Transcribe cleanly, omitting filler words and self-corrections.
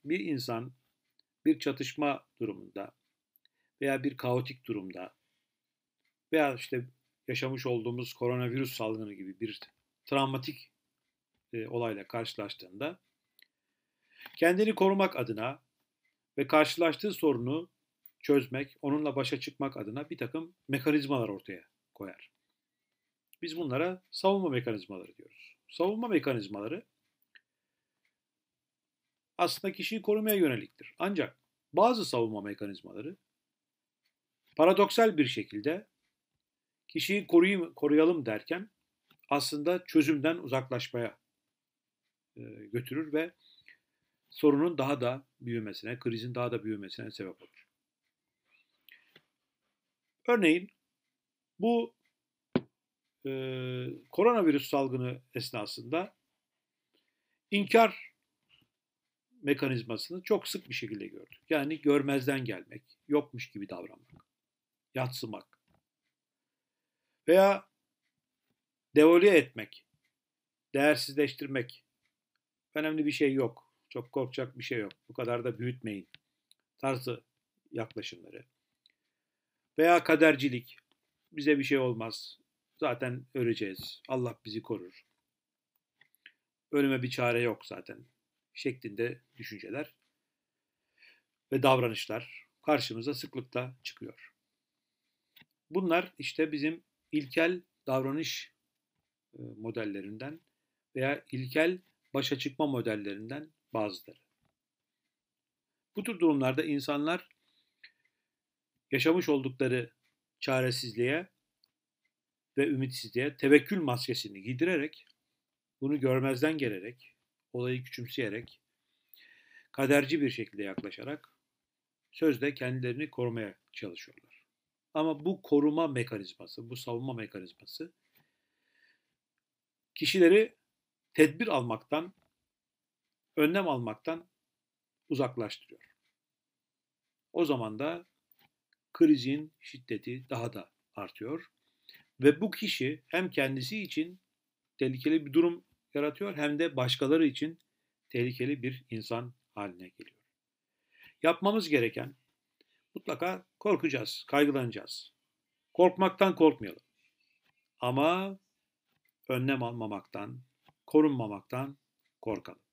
bir insan bir çatışma durumunda veya bir kaotik durumda veya işte yaşamış olduğumuz koronavirüs salgını gibi bir travmatik olayla karşılaştığında kendini korumak adına ve karşılaştığı sorunu çözmek, onunla başa çıkmak adına bir takım mekanizmalar ortaya koyar. Biz bunlara savunma mekanizmaları diyoruz. Savunma mekanizmaları aslında kişiyi korumaya yöneliktir. Ancak bazı savunma mekanizmaları paradoksal bir şekilde kişiyi koruyalım derken aslında çözümden uzaklaşmaya götürür ve sorunun daha da büyümesine, krizin daha da büyümesine sebep olur. Örneğin bu e, koronavirüs salgını esnasında inkar mekanizmasını çok sık bir şekilde gördük. Yani görmezden gelmek, yokmuş gibi davranmak, yadsımak veya devalüe etmek, değersizleştirmek. Önemli bir şey yok, çok korkacak bir şey yok, bu kadar da büyütmeyin tarzı yaklaşımları. Veya kadercilik, bize bir şey olmaz, zaten öleceğiz, Allah bizi korur, ölüme bir çare yok zaten şeklinde düşünceler ve davranışlar karşımıza sıklıkla çıkıyor. Bunlar işte bizim ilkel davranış modellerinden veya ilkel başa çıkma modellerinden bazıları. Bu tür durumlarda insanlar yaşamış oldukları çaresizliğe ve ümitsizliğe tevekkül maskesini giydirerek, bunu görmezden gelerek, olayı küçümseyerek, kaderci bir şekilde yaklaşarak sözde kendilerini korumaya çalışıyorlar. Ama bu koruma mekanizması, bu savunma mekanizması kişileri tedbir almaktan, önlem almaktan uzaklaştırıyor. O zaman da krizin şiddeti daha da artıyor ve bu kişi hem kendisi için tehlikeli bir durum yaratıyor hem de başkaları için tehlikeli bir insan haline geliyor. Yapmamız gereken mutlaka korkacağız, kaygılanacağız. Korkmaktan korkmayalım. Ama önlem almamaktan, korunmamaktan korkalım.